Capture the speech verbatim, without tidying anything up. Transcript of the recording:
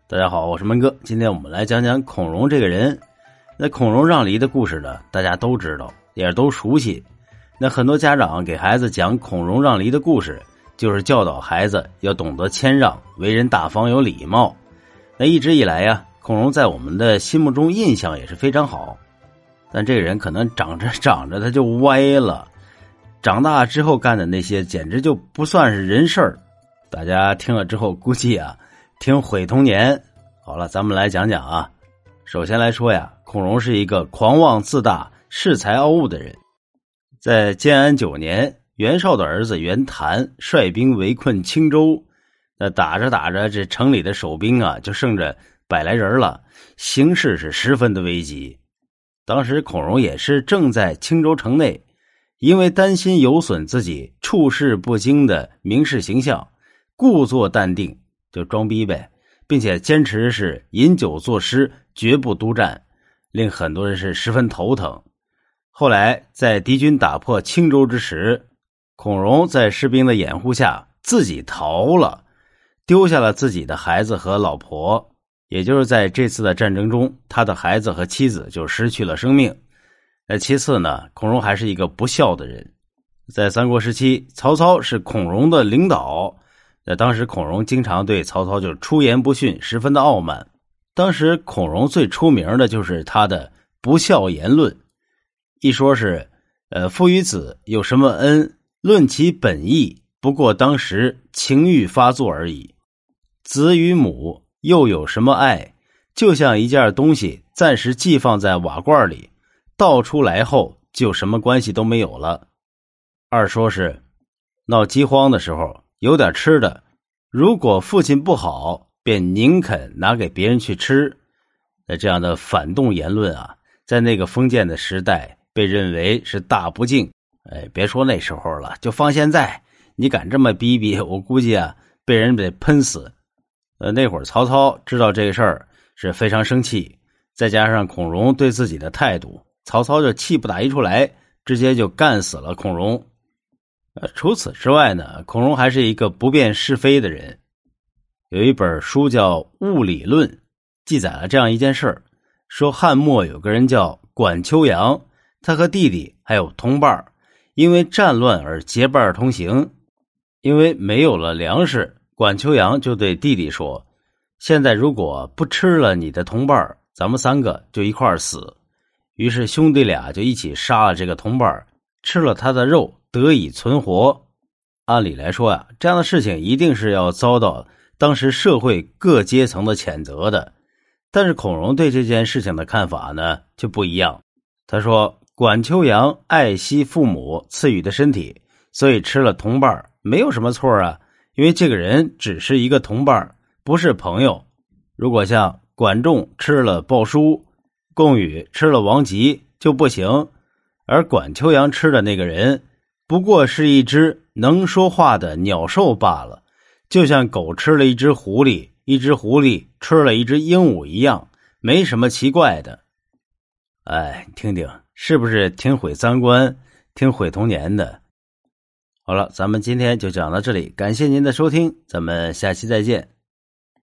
大家好，我是闷哥，今天我们来讲讲孔融这个人。那孔融让梨的故事呢，大家都知道，也都熟悉。那很多家长给孩子讲孔融让梨的故事，就是教导孩子要懂得谦让，为人大方有礼貌。那一直以来呀，孔融在我们的心目中印象也是非常好。但这个人可能长着长着他就歪了，长大之后干的那些简直就不算是人事儿。大家听了之后估计啊挺毁童年。好了，咱们来讲讲啊。首先来说呀，孔融是一个狂妄自大、恃才傲物的人。在建安九年，袁绍的儿子袁谭率兵围困青州，那打着打着，这城里的守兵啊就剩着百来人了，形势是十分的危急。当时孔融也是正在青州城内，因为担心有损自己处事不惊的名士形象，故作淡定，就装逼呗，并且坚持是饮酒作诗，绝不督战，令很多人是十分头疼。后来在敌军打破青州之时，孔融在士兵的掩护下自己逃了，丢下了自己的孩子和老婆。也就是在这次的战争中，他的孩子和妻子就失去了生命。那其次呢，孔融还是一个不孝的人。在三国时期，曹操是孔融的领导，那当时孔融经常对曹操就出言不逊，十分的傲慢。当时孔融最出名的就是他的不孝言论，一说是呃，父与子有什么恩，论其本意，不过当时情欲发作而已。子与母又有什么爱，就像一件东西暂时寄放在瓦罐里，倒出来后就什么关系都没有了。二说是闹饥荒的时候有点吃的，如果父亲不好，便宁肯拿给别人去吃。那这样的反动言论啊，在那个封建的时代被认为是大不敬。哎，别说那时候了，就放现在，你敢这么逼逼，我估计啊，被人得喷死。呃，那会儿曹操知道这个事儿是非常生气，再加上孔融对自己的态度，曹操就气不打一处来，直接就干死了孔融。呃，除此之外呢，孔融还是一个不辨是非的人。有一本书叫《物理论》，记载了这样一件事儿，说汉末有个人叫管秋阳，他和弟弟还有同伴因为战乱而结伴同行。因为没有了粮食，管秋阳就对弟弟说，现在如果不吃了你的同伴，咱们三个就一块儿死。于是兄弟俩就一起杀了这个同伴，吃了他的肉，得以存活。按理来说啊，这样的事情一定是要遭到当时社会各阶层的谴责的。但是孔融对这件事情的看法呢就不一样。他说管秋阳爱惜父母赐予的身体，所以吃了同伴没有什么错啊，因为这个人只是一个同伴，不是朋友。如果像管仲吃了鲍叔，贡宇吃了王吉就不行，而管秋阳吃的那个人不过是一只能说话的鸟兽罢了，就像狗吃了一只狐狸，一只狐狸吃了一只鹦鹉一样，没什么奇怪的。哎，听听是不是挺毁三观，挺毁童年的。好了，咱们今天就讲到这里，感谢您的收听，咱们下期再见。